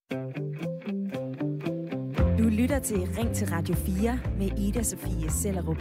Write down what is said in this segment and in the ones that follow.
Du lytter til Ring til Radio 4 med Ida Sofie Sellerup.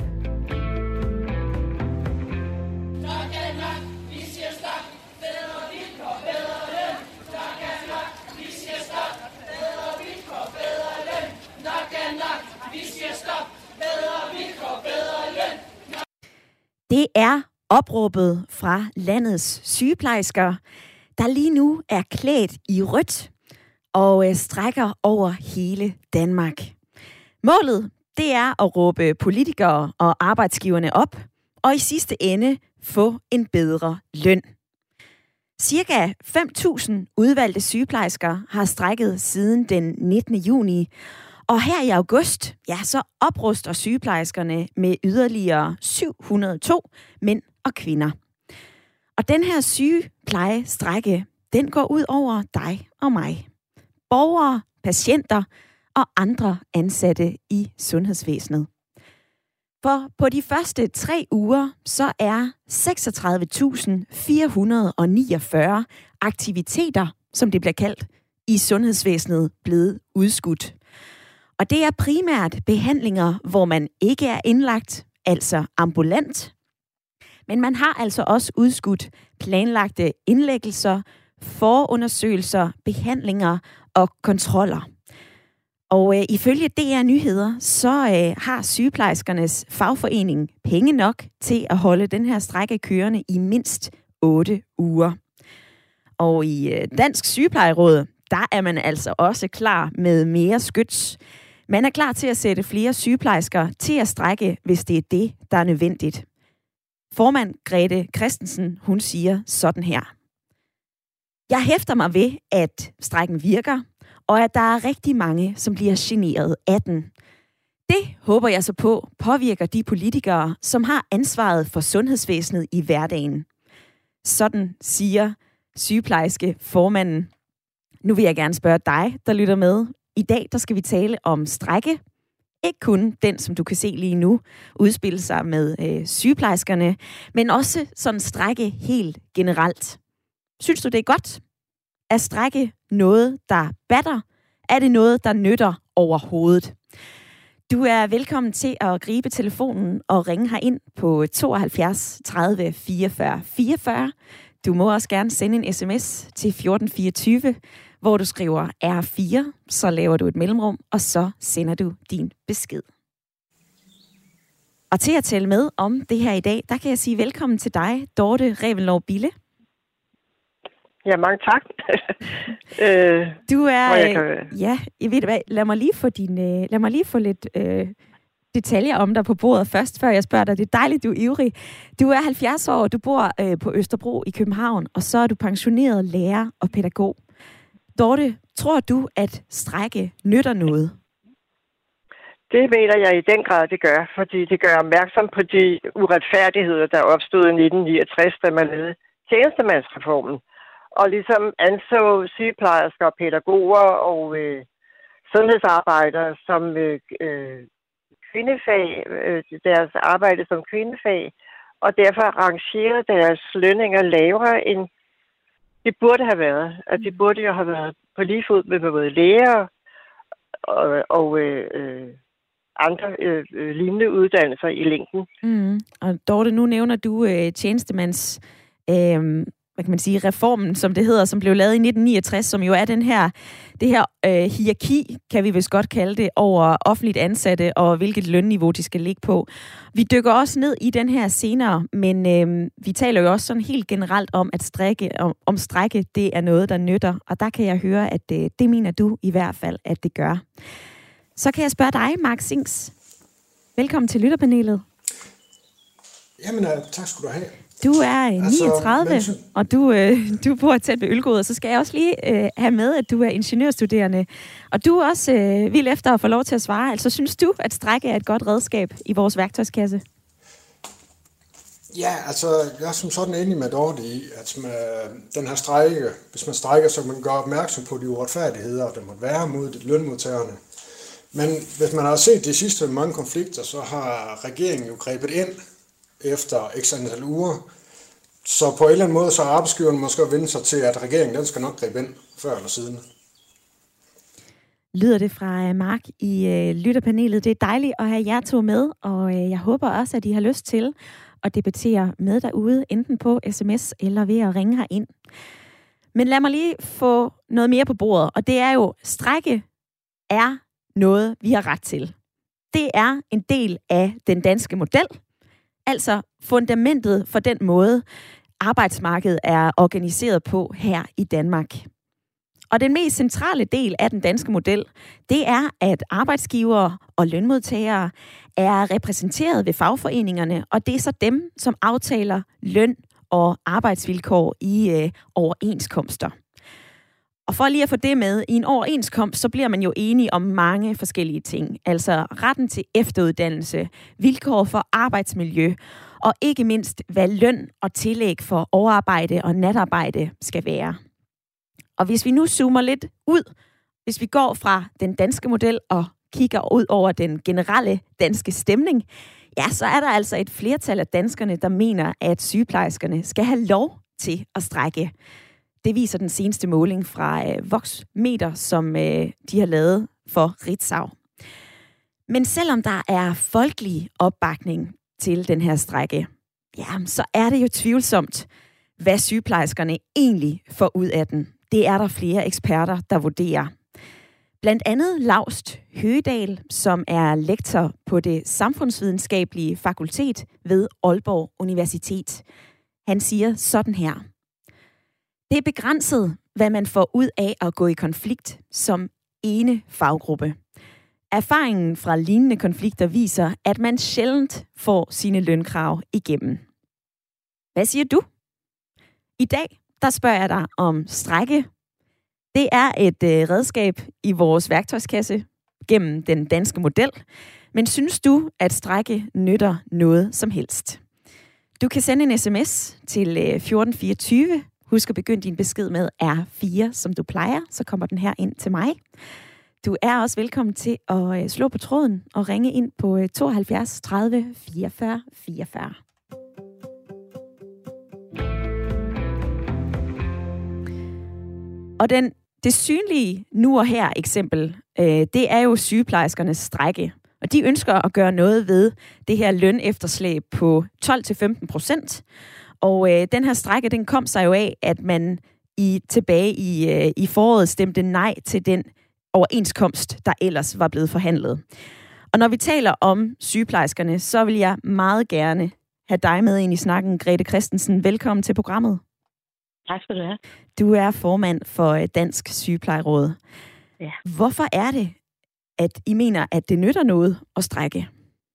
Det er opråbet fra landets sygeplejersker, der lige nu er klædt i rødt og strækker over hele Danmark. Målet, det er at råbe politikere og arbejdsgiverne op, og i sidste ende få en bedre løn. Cirka 5.000 udvalgte sygeplejersker har strejket siden den 19. juni, og her i august, ja, så opruster sygeplejerskerne med yderligere 702 mænd og kvinder. Og den her sygeplejestrejke, den går ud over dig og mig. Borgere, patienter og andre ansatte i sundhedsvæsenet. For på de første 3 uger, så er 36.449 aktiviteter, som det bliver kaldt, i sundhedsvæsenet blevet udskudt. Og det er primært behandlinger, hvor man ikke er indlagt, altså ambulant. Men man har altså også udskudt planlagte indlæggelser, forundersøgelser, behandlinger og kontroller. Og ifølge DR Nyheder, så har sygeplejerskernes fagforening penge nok til at holde den her strejke kørende i mindst 8 uger. Og i Dansk Sygeplejeråd, der er man altså også klar med mere skyts. Man er klar til at sætte flere sygeplejersker til at strejke, hvis det er det, der er nødvendigt. Formand Grete Christensen, hun siger sådan her. Jeg hæfter mig ved, at strejken virker, og at der er rigtig mange, som bliver generet af den. Det håber jeg så på påvirker de politikere, som har ansvaret for sundhedsvæsenet i hverdagen. Sådan siger sygeplejerske formanden. Nu vil jeg gerne spørge dig, der lytter med. I dag der skal vi tale om strejke. Ikke kun den, som du kan se lige nu, udspille sig med sygeplejerskerne, men også sådan strejke helt generelt. Synes du, det er godt? Er strejke noget, der batter? Er det noget, der nytter overhovedet? Du er velkommen til at gribe telefonen og ringe herind på 72 30 44 44. Du må også gerne sende en sms til 1424, hvor du skriver R4, så laver du et mellemrum, og så sender du din besked. Og til at tale med om det her i dag, der kan jeg sige velkommen til dig, Dorte Reventlow Bille. Ja, mange tak. Du er, ja, jeg ved hvad, lad mig lige få lidt detaljer om dig på bordet først, før jeg spørger dig. Det er dejligt, du er ivrig. Du er 70 år, du bor på Østerbro i København, og så er du pensioneret lærer og pædagog. Dorte, tror du, at strejke nytter noget? Det mener jeg i den grad, det gør, fordi det gør opmærksom på de uretfærdigheder, der opstod i 1969, da man lavede tjenestemandsreformen. Og ligesom anså sygeplejersker, pædagoger og sundhedsarbejdere som kvindefag, deres arbejde som kvindefag, og derfor rangerede deres lønninger lavere end det burde have været. Altså, de burde jo have været på lige fod med både læger og andre lignende uddannelser i længden. Og Dorte, nu nævner du tjenestemands hvad kan man sige, reformen, som det hedder, som blev lavet i 1969, som jo er det her hierarki, kan vi vist godt kalde det, over offentligt ansatte og hvilket lønniveau de skal ligge på. Vi dykker også ned i den her senere, men vi taler jo også sådan helt generelt om, at strejke, det er noget, der nytter, og der kan jeg høre, at det mener du i hvert fald, at det gør. Så kan jeg spørge dig, Mark Sings. Velkommen til lytterpanelet. Jamen, tak skal du have. Du er 39, og du bor tæt ved Ølgod, og så skal jeg også lige have med, at du er ingeniørstuderende. Og du er også vild efter at få lov til at svare. Altså, synes du, at strejke er et godt redskab i vores værktøjskasse? Ja, altså, jeg er som sådan enig med Dorte i, at den her strejke, hvis man strejker, så kan man gøre opmærksom på de uretfærdigheder, der måtte være mod lønmodtagerne. Men hvis man har set de sidste mange konflikter, så har regeringen jo grebet ind efter x antal uger. Så på en eller anden måde, så er arbejdsgiveren måske at vende sig til, at regeringen den skal nok gribe ind før eller siden. lyder det fra Mark i lytterpanelet. Det er dejligt at have jer to med, og jeg håber også, at I har lyst til at debattere med derude, enten på sms eller ved at ringe herind. Men lad mig lige få noget mere på bordet, og det er jo, strejke er noget, vi har ret til. Det er en del af den danske model, altså fundamentet for den måde, arbejdsmarkedet er organiseret på her i Danmark. Og den mest centrale del af den danske model, det er, at arbejdsgivere og lønmodtagere er repræsenteret ved fagforeningerne, og det er så dem, som aftaler løn og arbejdsvilkår i overenskomster. Og for lige at få det med, i en overenskomst, så bliver man jo enige om mange forskellige ting. Altså retten til efteruddannelse, vilkår for arbejdsmiljø, og ikke mindst, hvad løn og tillæg for overarbejde og natarbejde skal være. Og hvis vi nu zoomer lidt ud, hvis vi går fra den danske model og kigger ud over den generelle danske stemning, ja, så er der altså et flertal af danskerne, der mener, at sygeplejerskerne skal have lov til at strejke. Det viser den seneste måling fra Voxmeter, som de har lavet for Ritzau. Men selvom der er folkelig opbakning til den her strejke, ja, så er det jo tvivlsomt, hvad sygeplejerskerne egentlig får ud af den. Det er der flere eksperter, der vurderer. Blandt andet Laust Høgedal, som er lektor på det samfundsvidenskabelige fakultet ved Aalborg Universitet. Han siger sådan her: det er begrænset, hvad man får ud af at gå i konflikt som ene faggruppe. Erfaringen fra lignende konflikter viser, at man sjældent får sine lønkrav igennem. Hvad siger du? I dag, der spørger jeg dig om strejke. Det er et redskab i vores værktøjskasse gennem den danske model. Men synes du, at strejke nytter noget som helst? Du kan sende en sms til 1424. Husk at begynde din besked med R4, som du plejer. Så kommer den her ind til mig. Du er også velkommen til at slå på tråden og ringe ind på 72 30 44 44. Og det synlige nu og her eksempel, det er jo sygeplejerskernes strejke. Og de ønsker at gøre noget ved det her lønefterslæb på 12-15%. Og den her strejke, den kom sig jo af, at man tilbage i foråret stemte nej til den overenskomst, der ellers var blevet forhandlet. Og når vi taler om sygeplejerskerne, så vil jeg meget gerne have dig med ind i snakken, Grete Christensen. Velkommen til programmet. Tak skal du have. Du er formand for Dansk Sygeplejeråd. Ja. Hvorfor er det, at I mener, at det nytter noget at strejke?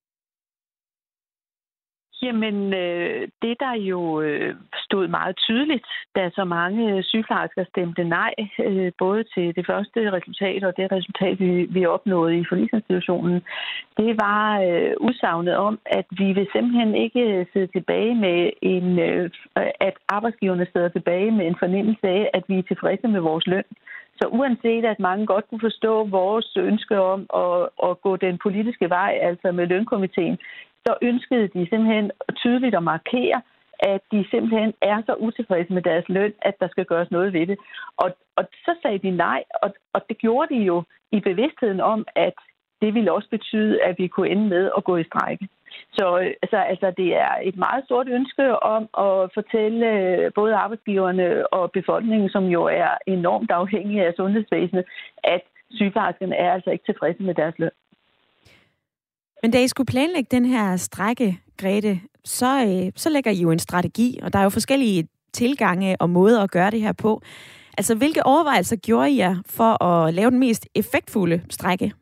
Jamen, det der jo stod meget tydeligt, da så mange sygeplejersker stemte nej, både til det første resultat og det resultat, vi opnåede i forligsinstitutionen, det var udsagnet om, at vi vil simpelthen ikke sidde tilbage med at arbejdsgiverne sidder tilbage med en fornemmelse af, at vi er tilfredse med vores løn. Så uanset at mange godt kunne forstå vores ønske om at gå den politiske vej, altså med lønkomiteen, så ønskede de simpelthen tydeligt at markere, at de simpelthen er så utilfredse med deres løn, at der skal gøres noget ved det. Og så sagde de nej, og det gjorde de jo i bevidstheden om, at det ville også betyde, at vi kunne ende med at gå i strejke. Så altså, det er et meget stort ønske om at fortælle både arbejdsgiverne og befolkningen, som jo er enormt afhængige af sundhedsvæsenet, at sygeplejerskerne er altså ikke tilfredse med deres løn. Men da I skulle planlægge den her strejke, Grete, så lægger I jo en strategi, og der er jo forskellige tilgange og måder at gøre det her på. Altså, hvilke overvejelser gjorde I jer for at lave den mest effektfulde strejke?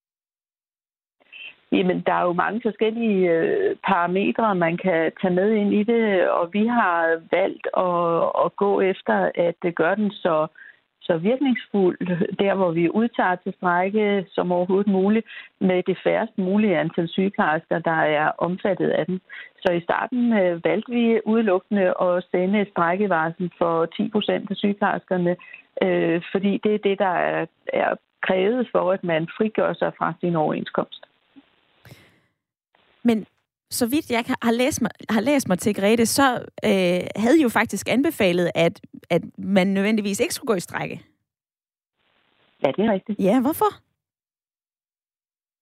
Jamen, der er jo mange forskellige parametre, man kan tage med ind i det, og vi har valgt at gå efter at gøre den så virkningsfuld, der hvor vi udtager til strejke som overhovedet muligt, med det færrest mulige antal sygeplejersker, der er omfattet af den. Så i starten valgte vi udelukkende at sende et strejkevarsel for 10% af sygeplejerskerne, fordi det er det, der er krævet for, at man frigør sig fra sin overenskomst. Men så vidt jeg har læst mig til, Grete, så havde I jo faktisk anbefalet, at man nødvendigvis ikke skulle gå i strejke. Ja, det er rigtigt. Ja, hvorfor?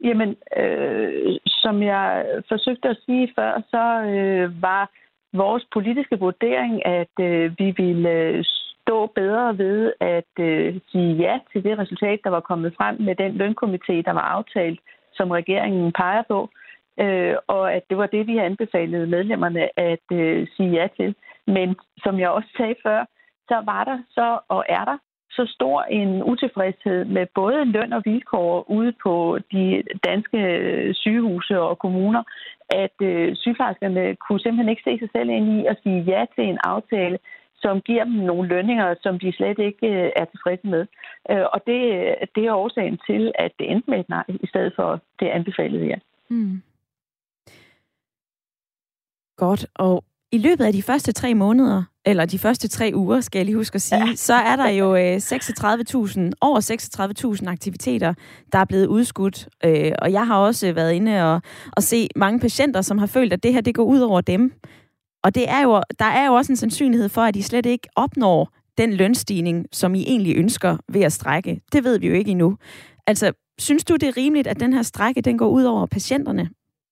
Jamen, som jeg forsøgte at sige før, så var vores politiske vurdering, at vi ville stå bedre ved at sige ja til det resultat, der var kommet frem med den lønkomité, der var aftalt, som regeringen peger på, og at det var det, vi anbefalede medlemmerne at sige ja til. Men som jeg også sagde før, så var der så og er der så stor en utilfredshed med både løn og vilkår ude på de danske sygehuse og kommuner, at sygeplejerskerne kunne simpelthen ikke se sig selv ind i at sige ja til en aftale, som giver dem nogle lønninger, som de slet ikke er tilfredse med. Og det er årsagen til, at det endte med et nej, i stedet for det anbefalede ja. Godt, og i løbet af de første 3 måneder, eller de første 3 uger, skal jeg lige huske at sige, så er der jo over 36.000 aktiviteter, der er blevet udskudt. Og jeg har også været inde og se mange patienter, som har følt, at det her det går ud over dem. Og der er jo også en sandsynlighed for, at de slet ikke opnår den lønstigning, som I egentlig ønsker ved at strejke. Det ved vi jo ikke endnu. Altså, synes du, det er rimeligt, at den her strejke, den går ud over patienterne?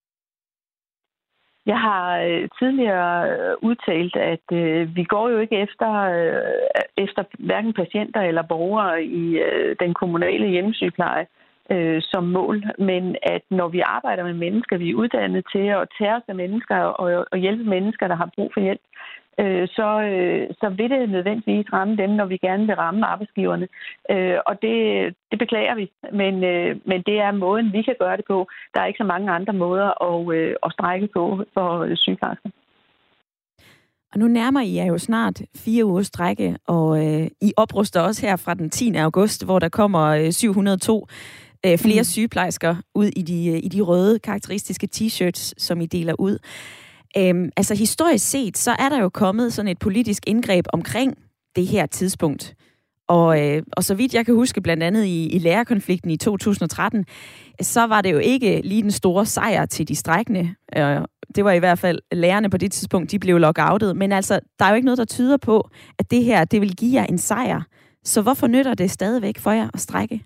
Jeg har tidligere udtalt, at vi går jo ikke efter hverken patienter eller borgere i den kommunale hjemmesygepleje som mål, men at når vi arbejder med mennesker, vi er uddannet til at tage os af mennesker og hjælpe mennesker, der har brug for hjælp, så vil det nødvendigvis ramme dem, når vi gerne vil ramme arbejdsgiverne. Og det beklager vi, men det er måden, vi kan gøre det på. Der er ikke så mange andre måder at strejke på for sygeplejersker. Og nu nærmer I jer jo snart 4 ugers strejke, og I opruster også her fra den 10. august, hvor der kommer 702 flere sygeplejersker ud i de røde karakteristiske t-shirts, som I deler ud. Altså historisk set, så er der jo kommet sådan et politisk indgreb omkring det her tidspunkt. Og så vidt jeg kan huske, blandt andet i lærerkonflikten i 2013, så var det jo ikke lige den store sejr til de strejkende. Det var i hvert fald lærerne på det tidspunkt, de blev lockoutet. Men altså, der er jo ikke noget, der tyder på, at det her, det vil give jer en sejr. Så hvorfor nytter det stadigvæk for jer at strejke?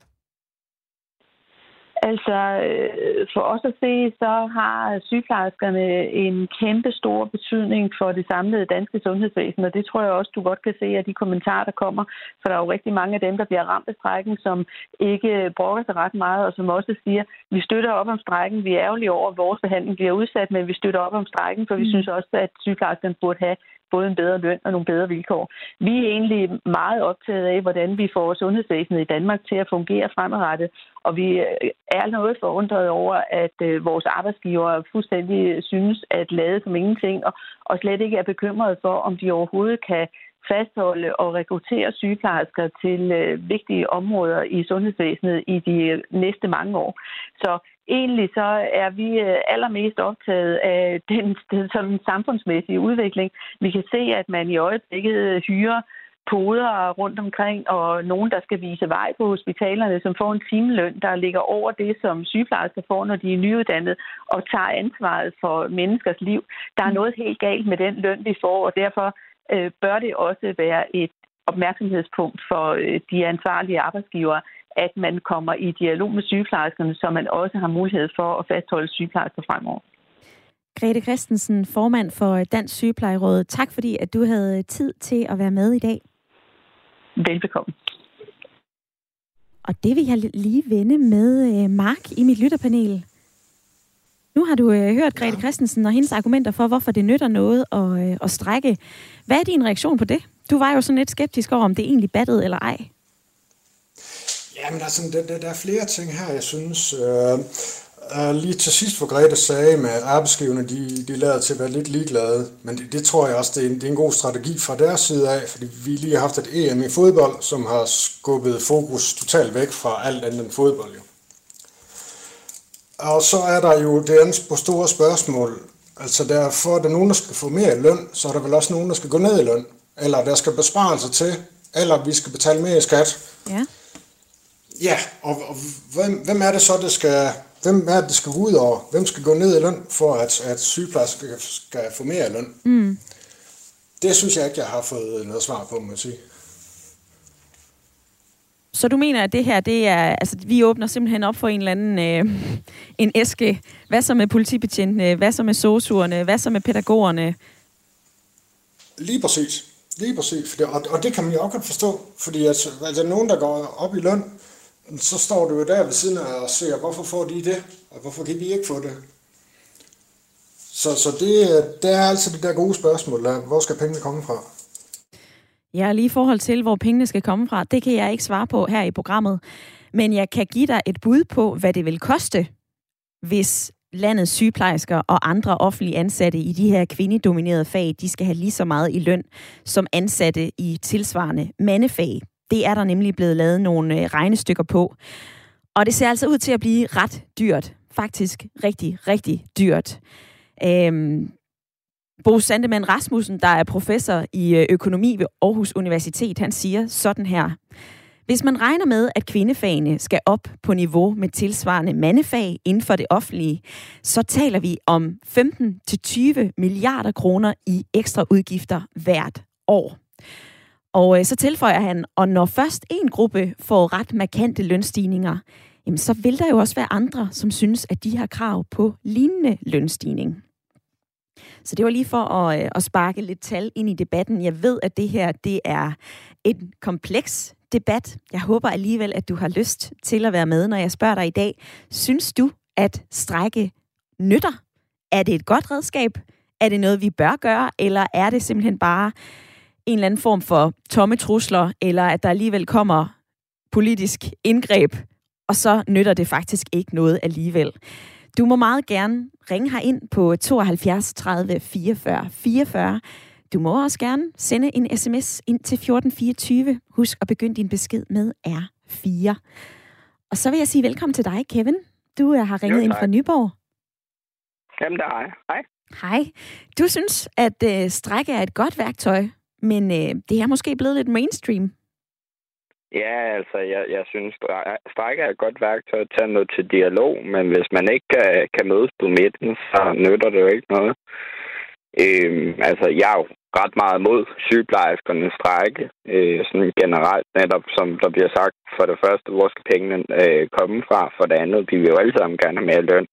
Altså, for os at se, så har sygeplejerskerne en kæmpe stor betydning for det samlede danske sundhedsvæsen, og det tror jeg også, du godt kan se af de kommentarer, der kommer, for der er jo rigtig mange af dem, der bliver ramt af strejken, som ikke brokker sig ret meget, og som også siger, vi støtter op om strejken, vi er ærgerlige over, at vores behandling bliver udsat, men vi støtter op om strejken, for vi synes også, at sygeplejerskerne burde have både en bedre løn og nogle bedre vilkår. Vi er egentlig meget optaget af, hvordan vi får sundhedsvæsenet i Danmark til at fungere fremadrettet, og vi er noget forundret over, at vores arbejdsgivere fuldstændig synes at lade som ingenting, og slet ikke er bekymrede for, om de overhovedet kan fastholde og rekruttere sygeplejersker til vigtige områder i sundhedsvæsenet i de næste mange år. Så egentlig så er vi allermest optaget af den sådan samfundsmæssige udvikling. Vi kan se, at man i øjeblikket hyrer podere rundt omkring, og nogen, der skal vise vej på hospitalerne, som får en timeløn, der ligger over det, som sygeplejersker får, når de er nyuddannede, og tager ansvaret for menneskers liv. Der er noget helt galt med den løn, vi får, og derfor bør det også være et opmærksomhedspunkt for de ansvarlige arbejdsgivere, at man kommer i dialog med sygeplejerskerne, så man også har mulighed for at fastholde sygeplejersker fremover. Grete Christensen, formand for Dansk Sygeplejeråd. Tak fordi, at du havde tid til at være med i dag. Velbekomme. Og det vil jeg lige vende med Mark i mit lytterpanel. Nu har du hørt Grete Christensen og hendes argumenter for, hvorfor det nytter noget at strejke. Hvad er din reaktion på det? Du var jo sådan lidt skeptisk over, om det egentlig battede eller ej. Jamen, der er flere ting her, jeg synes. Lige til sidst, hvor Grete sagde med, at arbejdsgiverne de lader til at være lidt ligeglade. Men det tror jeg også, det er en god strategi fra deres side af, fordi vi lige har haft et EM i fodbold, som har skubbet fokus totalt væk fra alt andet end fodbold. Jo. Og så er der jo det andet på store spørgsmål. Altså derfor er der nogen, der skal få mere løn, så er der vel også nogen, der skal gå ned i løn. Eller der skal besparelser til, eller vi skal betale mere i skat. Ja. Ja, og hvem er det så, hvem er det, skal gå ud over? Hvem skal gå ned i løn, for at sygeplejersker skal få mere løn? Mm. Det synes jeg ikke, jeg har fået noget svar på, må jeg sige. Så du mener, at det her, det er, altså vi åbner simpelthen op for en eller anden en æske. Hvad så med politibetjentene? Hvad så med sosuerne? Hvad så med pædagogerne? Lige præcis. Og det kan man jo også godt forstå, fordi altså nogen, der går op i løn, så står du jo der ved siden af og ser, hvorfor får de det, og hvorfor kan vi ikke få det? Så det er altså det der gode spørgsmål, hvor skal pengene komme fra? Ja, lige i forhold til, hvor pengene skal komme fra, det kan jeg ikke svare på her i programmet. Men jeg kan give dig et bud på, hvad det vil koste, hvis landets sygeplejersker og andre offentlige ansatte i de her kvindedominerede fag, de skal have lige så meget i løn som ansatte i tilsvarende mandefag. Det er der nemlig blevet lavet nogle regnestykker på. Og det ser altså ud til at blive ret dyrt. Faktisk rigtig, rigtig dyrt. Bo Sandemann Rasmussen, der er professor i økonomi ved Aarhus Universitet, han siger sådan her. Hvis man regner med, at kvindefagene skal op på niveau med tilsvarende mandefag inden for det offentlige, så taler vi om 15-20 milliarder kroner i ekstra udgifter hvert år. Og så tilføjer han, og når først en gruppe får ret markante lønstigninger, jamen så vil der jo også være andre, som synes, at de har krav på lignende lønstigning. Så det var lige for at sparke lidt tal ind i debatten. Jeg ved, at det her det er en kompleks debat. Jeg håber alligevel, at du har lyst til at være med, når jeg spørger dig i dag. Synes du, at strejke nytter? Er det et godt redskab? Er det noget, vi bør gøre? Eller er det simpelthen bare en eller anden form for tomme trusler? Eller at der alligevel kommer politisk indgreb, og så nytter det faktisk ikke noget alligevel? Du må meget gerne ringe herind på 72 30 44 44. Du må også gerne sende en sms ind til 1424. Husk at begynde din besked med R4. Og så vil jeg sige velkommen til dig, Kevin. Du har ringet ind fra Nyborg. Jamen, der er jeg. Hej. Hej. Du synes, at strejke er et godt værktøj, men det er måske blevet lidt mainstream. Ja, altså, jeg synes, strejke er et godt værktøj at tage noget til dialog, men hvis man ikke kan mødes på midten, så nytter det jo ikke noget. Altså, jeg er jo ret meget imod sygeplejerskernes strejke, sådan generelt, netop som der bliver sagt, for det første, hvor skal pengene komme fra, for det andet, vi vil jo alle sammen gerne have mere løn.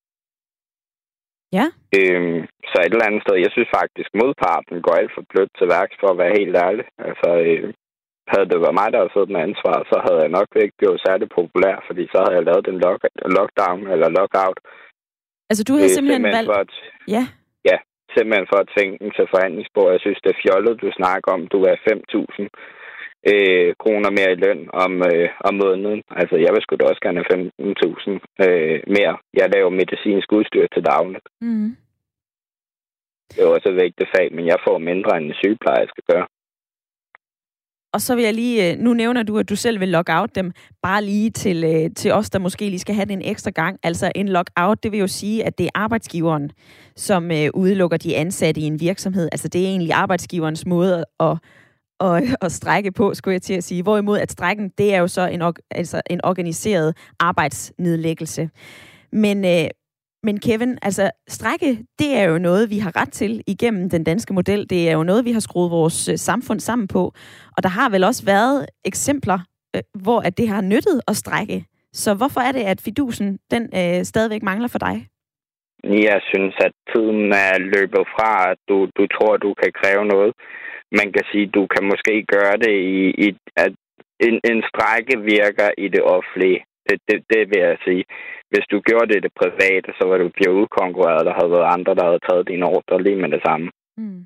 Ja. Så et eller andet sted, jeg synes faktisk, modparten går alt for blødt til værks, for at være helt ærlig. Altså, havde det været mig, der havde siddet med ansvar, så havde jeg nok ikke blevet særlig populær, fordi så havde jeg lavet en lockdown eller lockout. Altså, du havde simpelthen valgt... Ja. Ja, simpelthen for at tvinge den til forhandlingsbord. Jeg synes, det er fjollet, du snakker om, du er 5.000 kroner mere i løn om måneden. Altså, jeg vil sgu da også gerne have 15.000 mere. Jeg laver medicinsk udstyr til dagligt. Mm. Det er også et vigtigt fag, men jeg får mindre end en sygeplejerske gør. Og så vil jeg lige, nu nævner du, at du selv vil logge out dem, bare lige til os, der måske lige skal have det en ekstra gang. Altså en lockout, det vil jo sige, at det er arbejdsgiveren, som udelukker de ansatte i en virksomhed. Altså det er egentlig arbejdsgiverens måde at strejke på, skulle jeg til at sige. Hvorimod at strejken, det er jo så en organiseret arbejdsnedlæggelse. Men Kevin, altså strejke, det er jo noget, vi har ret til igennem den danske model. Det er jo noget, vi har skruet vores samfund sammen på. Og der har vel også været eksempler, hvor at det har nyttet at strejke. Så hvorfor er det, at fidusen, den stadigvæk mangler for dig? Jeg synes, at tiden er løbet fra, at du tror, du kan kræve noget. Man kan sige, at du kan måske gøre det i at en strejke virker i det offentlige. Det vil jeg sige. Hvis du gjorde det i det private, så var du blevet udkonkurreret, der havde været andre, der havde taget dine ordre lige med det samme. Mm.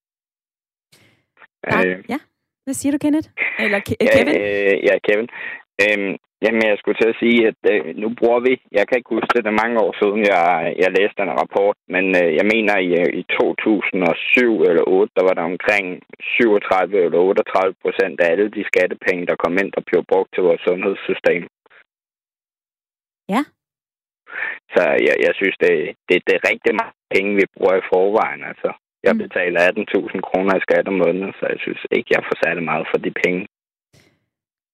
Ja. Hvad siger du, Kenneth? Eller Kevin? Ja, Kevin. Jamen, jeg skulle til at sige, at nu bruger vi... Jeg kan ikke huske det, er mange år siden, jeg læste den rapport, men jeg mener, i 2007 eller 2008, der var der omkring 37 eller 38% af alle de skattepenge, der kom ind, der blev brugt til vores sundhedssystem. Ja. Så jeg synes, det er rigtig mange penge, vi bruger i forvejen. Altså, jeg betaler 18.000 kroner i skat om måneden, så jeg synes ikke, jeg får særlig meget for de penge.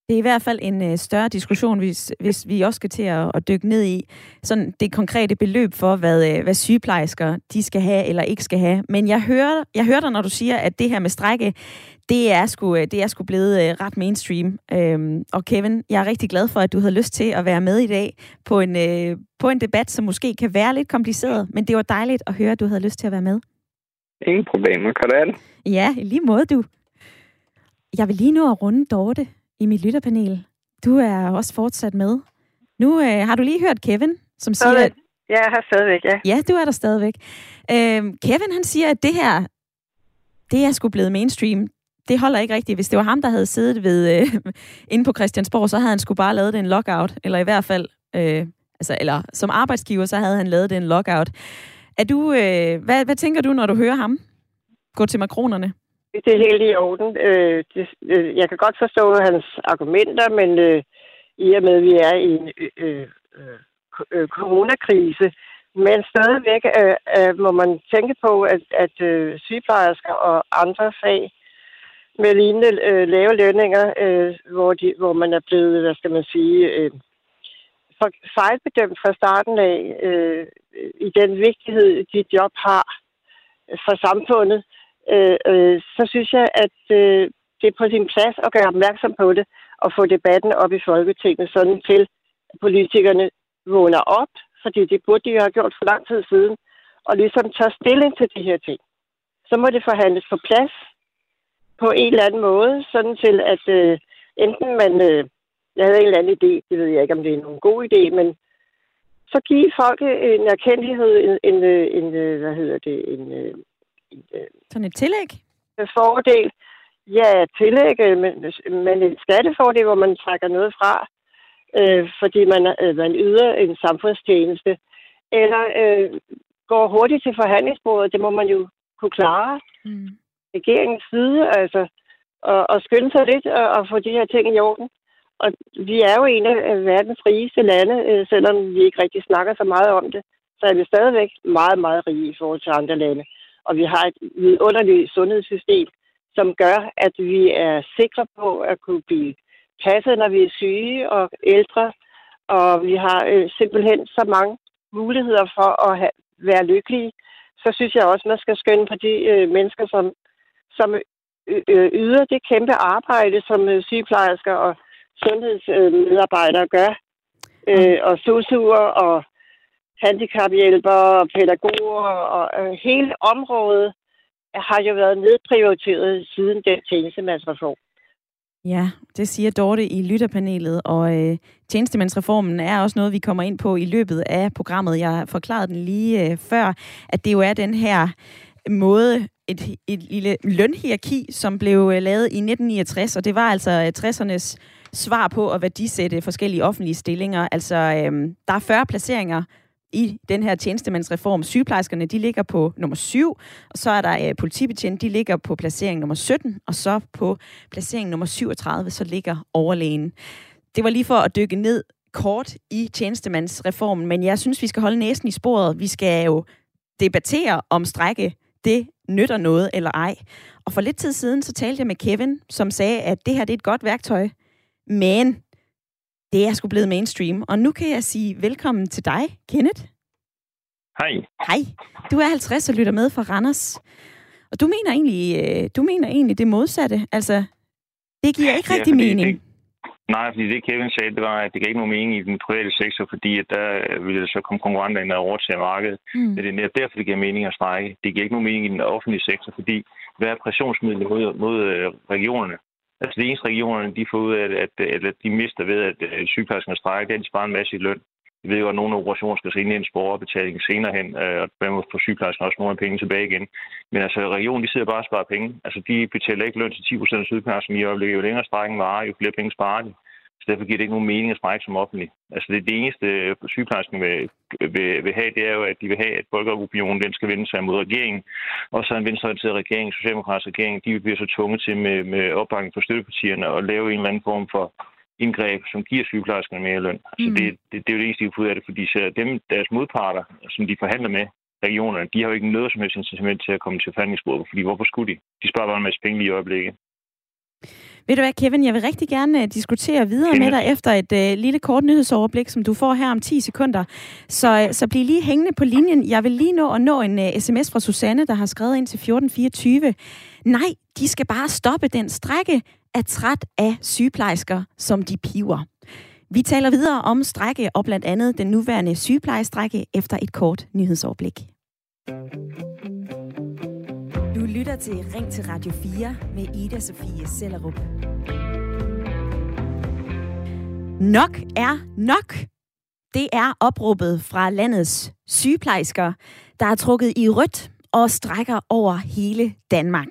Det er i hvert fald en større diskussion, hvis vi også skal til at dykke ned i sådan det konkrete beløb for, hvad sygeplejersker de skal have eller ikke skal have. Men jeg hører dig, når du siger, at det her med strejke, det er sgu blevet ret mainstream. Og Kevin, jeg er rigtig glad for, at du havde lyst til at være med i dag på en debat, som måske kan være lidt kompliceret, men det var dejligt at høre, at du havde lyst til at være med. Ingen problemer, kan det? Ja, i lige måde, du. Jeg vil lige nå at runde Dorte i mit lytterpanel. Du er også fortsat med. Nu har du lige hørt Kevin, som siger... Ja, jeg er her stadigvæk, ja. Ja, du er der stadigvæk. Kevin, han siger, at det er sgu blevet mainstream. Det holder ikke rigtigt. Hvis det var ham, der havde siddet inde på Christiansborg, så havde han sgu bare lavet det en lockout. Eller i hvert fald... eller som arbejdsgiver, så havde han lavet det en lockout. Er du... hvad tænker du, når du hører ham gå til makronerne? Det er helt i orden. Jeg kan godt forstå hans argumenter, men i og med, at vi er i en coronakrise, men stadigvæk må man tænke på, at sygeplejersker og andre fag med lignende lave lønninger, hvor man er blevet, hvad skal man sige, fejlbedømt fra starten af i den vigtighed, dit job har for samfundet, så synes jeg, at det er på sin plads at gøre opmærksom på det og få debatten op i Folketinget, sådan til politikerne vågner op, fordi det burde de jo have gjort for lang tid siden, og ligesom tager stilling til de her ting. Så må det forhandles på plads på en eller anden måde, sådan til at enten man... jeg havde en eller anden idé, det ved jeg ikke, om det er nogen god idé, men så give folk en erkendelighed, sådan et tillæg? Fordel. Ja, tillæg, men en skattefordel, hvor man trækker noget fra, fordi man yder en samfundstjeneste. Eller går hurtigt til forhandlingsbordet, det må man jo kunne klare. Regeringens side, altså, og skynde sig lidt og få de her ting i orden. Og vi er jo en af verdens rigeste lande, selvom vi ikke rigtig snakker så meget om det, så er vi stadigvæk meget, meget rige i forhold til andre lande. Og vi har et vidunderligt sundhedssystem, som gør, at vi er sikre på at kunne blive passet, når vi er syge og ældre. Og vi har simpelthen så mange muligheder for at være lykkelige. Så synes jeg også, man skal skønne på de mennesker, som yder det kæmpe arbejde, som sygeplejersker og sundhedsmedarbejdere gør. Og sosu'er og handicaphjælpere og pædagoger og hele området har jo været nedprioriteret siden den tjenestemandsreform. Ja, det siger Dorte i lytterpanelet, og tjenestemandsreformen er også noget, vi kommer ind på i løbet af programmet. Jeg forklarede den lige før, at det jo er den her måde, et lille lønhierarki, som blev lavet i 1969, og det var altså 60'ernes svar på at værdisætte forskellige offentlige stillinger. Altså, der er 40 placeringer i den her tjenestemandsreform. Sygeplejerskerne, de ligger på nummer 7, og så er der politibetjente, de ligger på placering nummer 17, og så på placering nummer 37, så ligger overlægen. Det var lige for at dykke ned kort i tjenestemandsreformen, men jeg synes, vi skal holde næsen i sporet. Vi skal jo debattere om strejke, det nytter noget eller ej. Og for lidt tid siden, så talte jeg med Kevin, som sagde, at det her det er et godt værktøj, men det er sgu blevet mainstream. Og nu kan jeg sige velkommen til dig, Kenneth. Hej. Hej. Du er 50 og lytter med fra Randers. Og du mener egentlig det modsatte. Altså, det giver ikke rigtig mening. Nej, fordi det Kevin sagde, det var, at det gav ikke nogen mening i den private sektor, fordi at der ville der så komme konkurrenter ind og overtage markedet. Det er netop derfor, det giver mening at strejke. Det giver ikke nogen mening i den offentlige sektor, fordi hvad er pressionsmidlet mod regionerne? Altså det eneste regionerne, de får ud af, at de mister ved, at sygeplejerskerne strejker, det er, at de sparer en masse i løn. Jeg ved jo, at nogle operationer skal se ind i en overbetaling senere hen, og dermed får sygeplejerskerne også nogle af penge tilbage igen. Men altså regionen, de sidder bare og sparer penge. Altså de betaler ikke løn til 10% af sygeplejerskerne i øjeblikket. Jo længere strejken varer, jo flere penge sparer de. Så derfor giver det ikke nogen mening at strejke som offentlig. Altså det eneste sygeplejerskerne vil have, det er jo, at de vil have, at folkeopinionen den skal vende sig mod regeringen. Og så en venstreorienteret regering, socialdemokratisk regering, de bliver så tvunget til med opbakning fra støttepartierne at lave en eller anden form for indgreb, som giver sygeplejerskerne mere løn. Altså det er jo det eneste, de får ud af det, fordi deres modparter, som de forhandler med regionerne, de har jo ikke noget som helst incitament til at komme til forhandlingsbordet, fordi hvorfor skulle de? De sparer bare en masse penge lige i øjeblikket. Ved du hvad, Kevin, jeg vil rigtig gerne diskutere videre med dig efter et lille kort nyhedsoverblik, som du får her om 10 sekunder. Så bliv lige hængende på linjen. Jeg vil lige nå en sms fra Susanne, der har skrevet ind til 1424. Nej, de skal bare stoppe den strejke. Er træt af sygeplejersker, som de piver. Vi taler videre om strejke og blandt andet den nuværende sygeplejerstrejke efter et kort nyhedsoverblik. Du lytter til Ring til Radio 4 med Ida Sofie Sellerup. Nok er nok. Det er opråbet fra landets sygeplejersker, der er trukket i rødt og strækker over hele Danmark.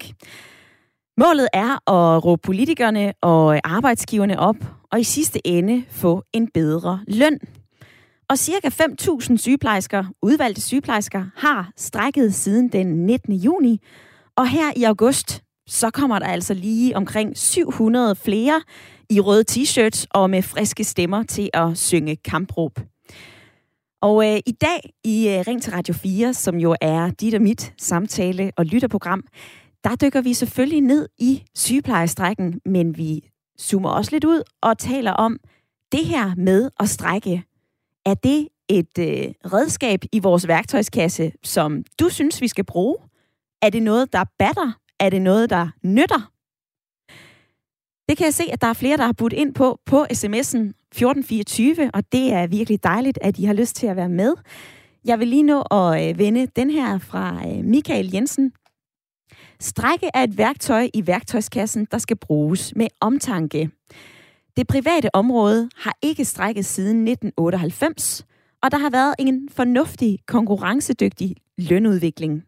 Målet er at råbe politikerne og arbejdsgiverne op og i sidste ende få en bedre løn. Og cirka 5.000 sygeplejersker, udvalgte sygeplejersker, har strejket siden den 19. juni. Og her i august, så kommer der altså lige omkring 700 flere i røde t-shirts og med friske stemmer til at synge kampråb. Og i dag i Ring til Radio 4, som jo er dit og mit samtale- og lytterprogram, der dykker vi selvfølgelig ned i sygeplejerstrejken, men vi zoomer også lidt ud og taler om det her med at strejke. Er det et redskab i vores værktøjskasse, som du synes, vi skal bruge? Er det noget, der batter? Er det noget, der nytter? Det kan jeg se, at der er flere, der har budt ind på sms'en 1424, og det er virkelig dejligt, at I har lyst til at være med. Jeg vil lige nå at vende den her fra Michael Jensen. Strejke er et værktøj i værktøjskassen, der skal bruges med omtanke. Det private område har ikke strejket siden 1998, og der har været en fornuftig, konkurrencedygtig lønudvikling.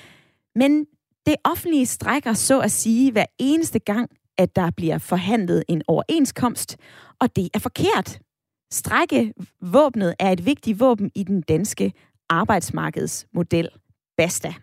Men det offentlige strejker så at sige hver eneste gang, at der bliver forhandlet en overenskomst, og det er forkert. Strejkevåbnet er et vigtigt våben i den danske arbejdsmarkedsmodel. Basta.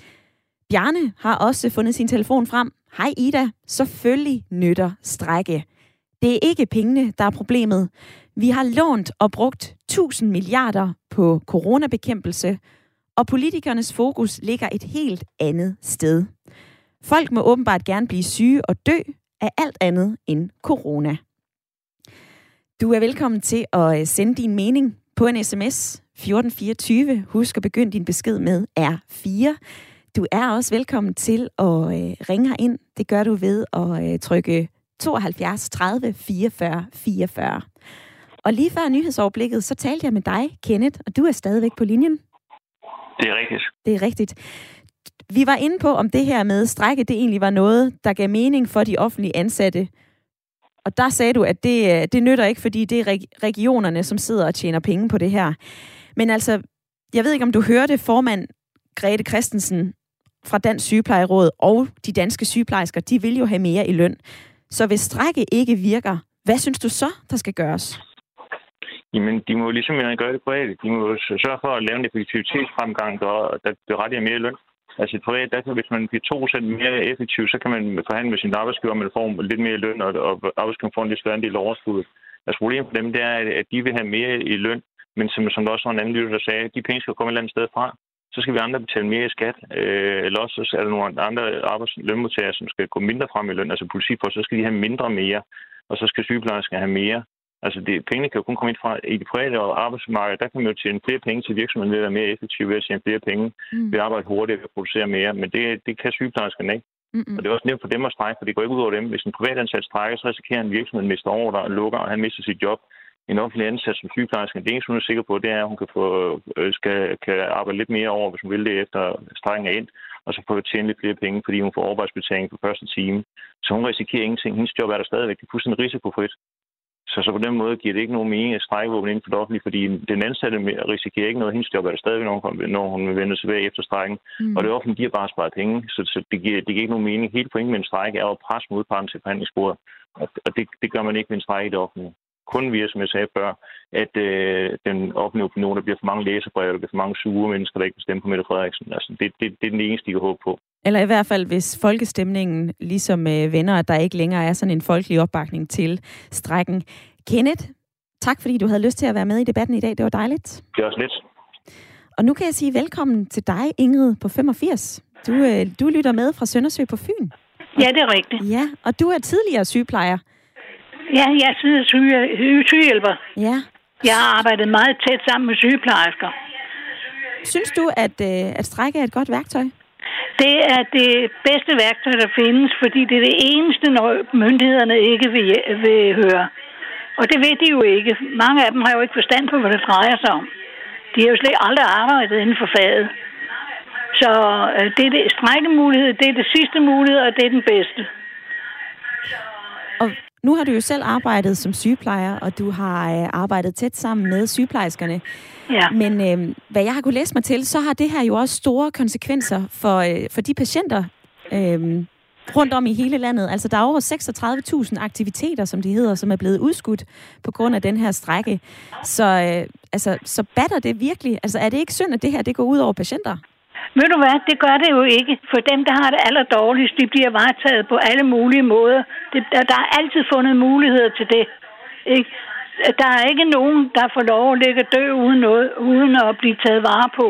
Bjarne har også fundet sin telefon frem. Hej Ida, selvfølgelig nytter strejke. Det er ikke pengene, der er problemet. Vi har lånt og brugt 1000 milliarder på coronabekæmpelse, og politikernes fokus ligger et helt andet sted. Folk må åbenbart gerne blive syge og dø af alt andet end corona. Du er velkommen til at sende din mening på en sms 1424. Husk at begynde din besked med R4. Du er også velkommen til at ringe herind. Det gør du ved at trykke 72 30 44 44. Og lige før nyhedsoverblikket, så talte jeg med dig, Kenneth, og du er stadigvæk på linjen. Det er rigtigt. Det er rigtigt. Vi var inde på, om det her med strejke, det egentlig var noget, der gav mening for de offentlige ansatte. Og der sagde du, at det nytter ikke, fordi det er regionerne, som sidder og tjener penge på det her. Men altså, jeg ved ikke, om du hørte formand Grete Christensen fra Dansk Sygeplejeråd og de danske sygeplejersker, de vil jo have mere i løn. Så hvis strejke ikke virker, hvad synes du så, der skal gøres? Jamen, de må ligesom gøre det privat. De må sørge for at lave en effektivitetsfremgang, der berettiger mere løn. Altså i privat, der kan, hvis man bliver 2% mere effektiv, så kan man forhandle med sin arbejdsgiver, man får lidt mere løn, og arbejdsgiveren får en lidt større del overskud. Altså problemet for dem, det er, at de vil have mere i løn, men som der også var en anden lytter, der sagde, de penge skal komme et eller andet sted fra. Så skal vi andre betale mere i skat, eller også så er der nogle andre lønmodtagere, som skal gå mindre frem i løn, altså politifolk, så skal de have mindre mere, og så skal sygeplejersker have mere. Altså pengene kan jo kun komme ind fra i det private arbejdsmarked, der kan man jo tjene flere penge til virksomheden ved at være mere effektiv ved at tjene flere penge, ved at arbejde hurtigere, ved at producere mere, men det kan sygeplejerskerne ikke. Og det er også nemt for dem at strejke, for det går ikke ud over dem. Hvis en privatansat strækker, så risikerer en virksomhed at miste ordre og lukker, og han mister sit job. En offentlig ansat som sygeplejerske, det eneste, hun er sikker på, det er, at hun kan arbejde lidt mere over, hvis hun vil det efter strejken er endt, og så får hun tjene lidt flere penge, fordi hun får arbejdsbetaling på første time. Så hun risikerer ingenting. Hendes job er der stadigvæk. Det er fuldstændig risikofrit. Så på den måde giver det ikke nogen mening at strejkevåben inden for det offentlige, fordi den ansatte risikerer ikke noget. Hendes job er der stadigvæk, når hun vil vende tilbage efter strejken. Og det offentlige giver bare sparet penge, så det giver ikke nogen mening. Hele pointen med en strejke er at presse modparten til forhandlingsbordet, og det gør man ikke med en strejke i det offentlige. Kun via, som jeg sagde før, at den offentlige opinion, der bliver for mange læserbreve, der bliver for mange sure mennesker, der ikke vil stemme på Mette Frederiksen. Altså, det er den eneste, de kan håbe på. Eller i hvert fald, hvis folkestemningen ligesom vender, at der ikke længere er sådan en folkelig opbakning til strejken. Kenneth, tak fordi du havde lyst til at være med i debatten i dag. Det var dejligt. Det var også lidt. Og nu kan jeg sige velkommen til dig, Ingrid, på 85. Du lytter med fra Søndersø på Fyn. Ja, det er rigtigt. Ja, og du er tidligere sygeplejer. Ja, jeg er tidligere sygehjælper. Ja. Jeg har arbejdet meget tæt sammen med sygeplejersker. Synes du, at strejke er et godt værktøj? Det er det bedste værktøj, der findes, fordi det er det eneste, når myndighederne ikke vil høre. Og det ved de jo ikke. Mange af dem har jo ikke forstand på, hvad det drejer sig om. De har jo slet aldrig arbejdet inden for faget. Så det er det strejkemulighed, det er det sidste mulighed, og det er den bedste. Og nu har du jo selv arbejdet som sygeplejer, og du har arbejdet tæt sammen med sygeplejerskerne. Ja. Men hvad jeg har kunnet læse mig til, så har det her jo også store konsekvenser for de patienter rundt om i hele landet. Altså, der er over 36.000 aktiviteter, som de hedder, som er blevet udskudt på grund af den her strejke. Så batter det virkelig? Altså, er det ikke synd, at det her det går ud over patienter? Ved du hvad, det gør det jo ikke. For dem, der har det allerdårligst, de bliver varetaget på alle mulige måder. Der er altid fundet muligheder til det. Ikke? Der er ikke nogen, der får lov at ligge dø uden at blive taget vare på.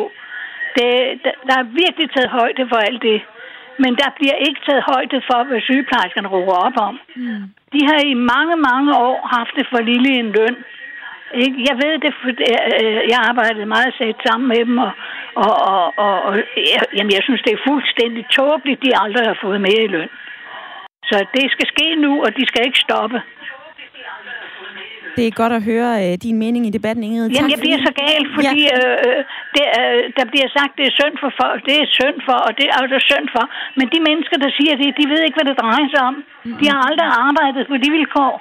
Der er virkelig taget højde for alt det. Men der bliver ikke taget højde for, hvad sygeplejerskerne råber op om. Mm. De har i mange, mange år haft det for lille en løn. Ikke? Jeg ved det, for jeg arbejdede meget sæt sammen med dem, og jeg synes, det er fuldstændig tåbeligt, de aldrig har fået mere i løn. Så det skal ske nu, og de skal ikke stoppe. Det er godt at høre din mening i debatten, Ingrid. Jamen, jeg bliver så gal, fordi der bliver sagt, det er synd for folk, det er synd for, og det er der synd for. Men de mennesker, der siger det, de ved ikke, hvad det drejer sig om. De har aldrig arbejdet på de vilkår.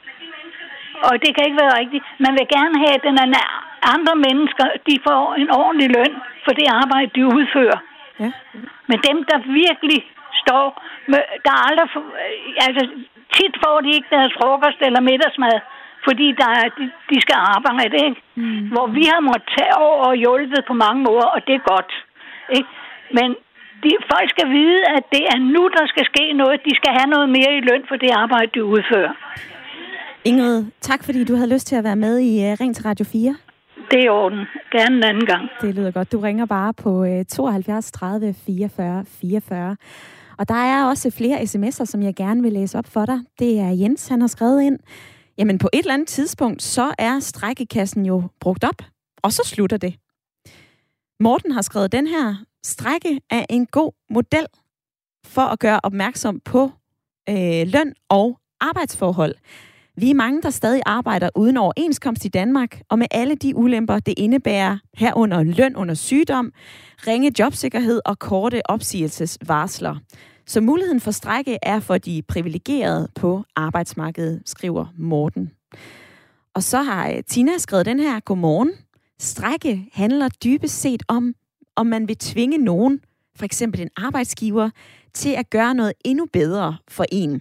Og det kan ikke være rigtigt. Man vil gerne have, at den andre mennesker, de får en ordentlig løn for det arbejde, de udfører. Ja. Men dem, der virkelig står med, der er aldrig, altså tit får de ikke deres frokost eller middagsmad, fordi de skal arbejde, ikke? Mm. Hvor vi har måttet tage over og hjulpet på mange måder, og det er godt. Ikke? Men folk skal vide, at det er nu, der skal ske noget. De skal have noget mere i løn for det arbejde, de udfører. Ingrid, tak fordi du havde lyst til at være med i Ring til Radio 4. Det er i orden. Gerne en anden gang. Det lyder godt. Du ringer bare på 72 30 44 44. Og der er også flere sms'er, som jeg gerne vil læse op for dig. Det er Jens, han har skrevet ind. Jamen på et eller andet tidspunkt, så er strejkekassen jo brugt op, og så slutter det. Morten har skrevet den her. Strejke er en god model for at gøre opmærksom på løn og arbejdsforhold. Vi er mange, der stadig arbejder uden overenskomst i Danmark, og med alle de ulemper, det indebærer herunder løn under sygdom, ringe jobsikkerhed og korte opsigelsesvarsler. Så muligheden for strejke er for de privilegerede på arbejdsmarkedet, skriver Morten. Og så har Tina skrevet den her. Godmorgen. Strejke handler dybest set om man vil tvinge nogen, for eksempel en arbejdsgiver, til at gøre noget endnu bedre for en.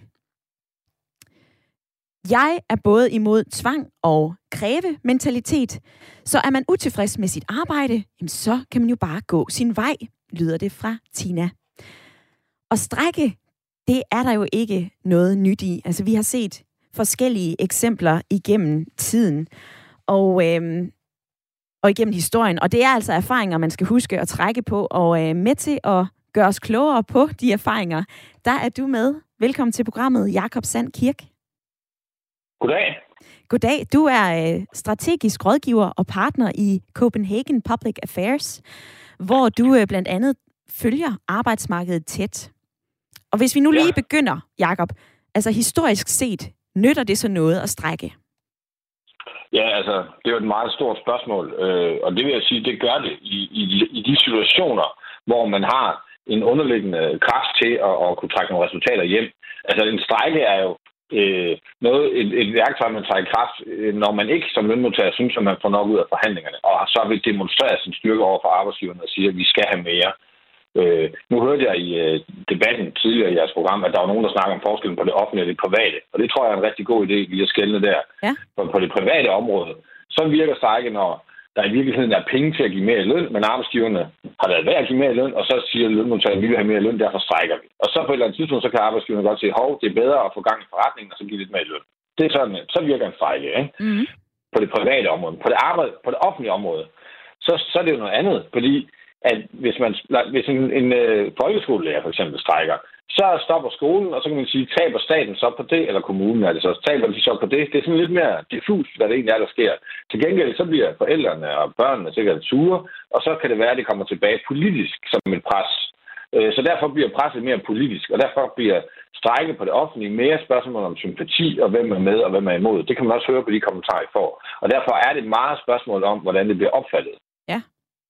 Jeg er både imod tvang og kræve-mentalitet, så er man utilfreds med sit arbejde, så kan man jo bare gå sin vej, lyder det fra Tina. Og strejke, det er der jo ikke noget nyt i. Altså, vi har set forskellige eksempler igennem tiden og igennem historien. Og det er altså erfaringer, man skal huske at trække på. Og med til at gøre os klogere på de erfaringer, der er du med. Velkommen til programmet, Jakob Sand Kirk. Goddag. Goddag. Du er strategisk rådgiver og partner i Copenhagen Public Affairs, hvor du blandt andet følger arbejdsmarkedet tæt. Og hvis vi nu lige begynder, Jakob, altså historisk set, nytter det så noget at strejke? Ja, altså, det er jo et meget stort spørgsmål, og det vil jeg sige, det gør det i de situationer, hvor man har en underliggende kraft til at kunne trække nogle resultater hjem. Altså, en strejke er jo et værktøj, man tager i kraft, når man ikke som lønmodtager synes, at man får nok ud af forhandlingerne, og så vil demonstrere sin styrke over for arbejdsgiverne og sige, at vi skal have mere. Nu hørte jeg i debatten tidligere i jeres program, at der var nogen, der snakker om forskellen på det offentlige og det private. Og det tror jeg er en rigtig god idé, lige at skelne der. Ja. For på det private område, så virker strejke, når der i virkeligheden er penge til at give mere i løn, men arbejdsgiverne har været værd at give mere i løn, og så siger lønmodtagerne, at vi vil have mere i løn, derfor strejker vi. Og så på et eller andet tidspunkt, så kan arbejdsgiverne godt sige, hov, det er bedre at få gang i forretningen, og så give lidt mere i løn. Det er sådan, så virker en strejke, ikke? Mm. På det private område. På det offentlige område, så er det jo noget andet, fordi at hvis en folkeskolelærer for eksempel strejker, Så stopper skolen, og så kan man sige, taber staten så på det, eller kommunen er det så, taber de så på det. Det er sådan lidt mere diffust, hvad det egentlig er, der sker. Til gengæld så bliver forældrene og børnene sikkert sure, og så kan det være, at det kommer tilbage politisk som et pres. Så derfor bliver presset mere politisk, og derfor bliver strejke på det offentlige mere spørgsmål om sympati, og hvem er med, og hvem er imod. Det kan man også høre på de kommentarer, I får. Og derfor er det meget spørgsmål om, hvordan det bliver opfattet. Ja.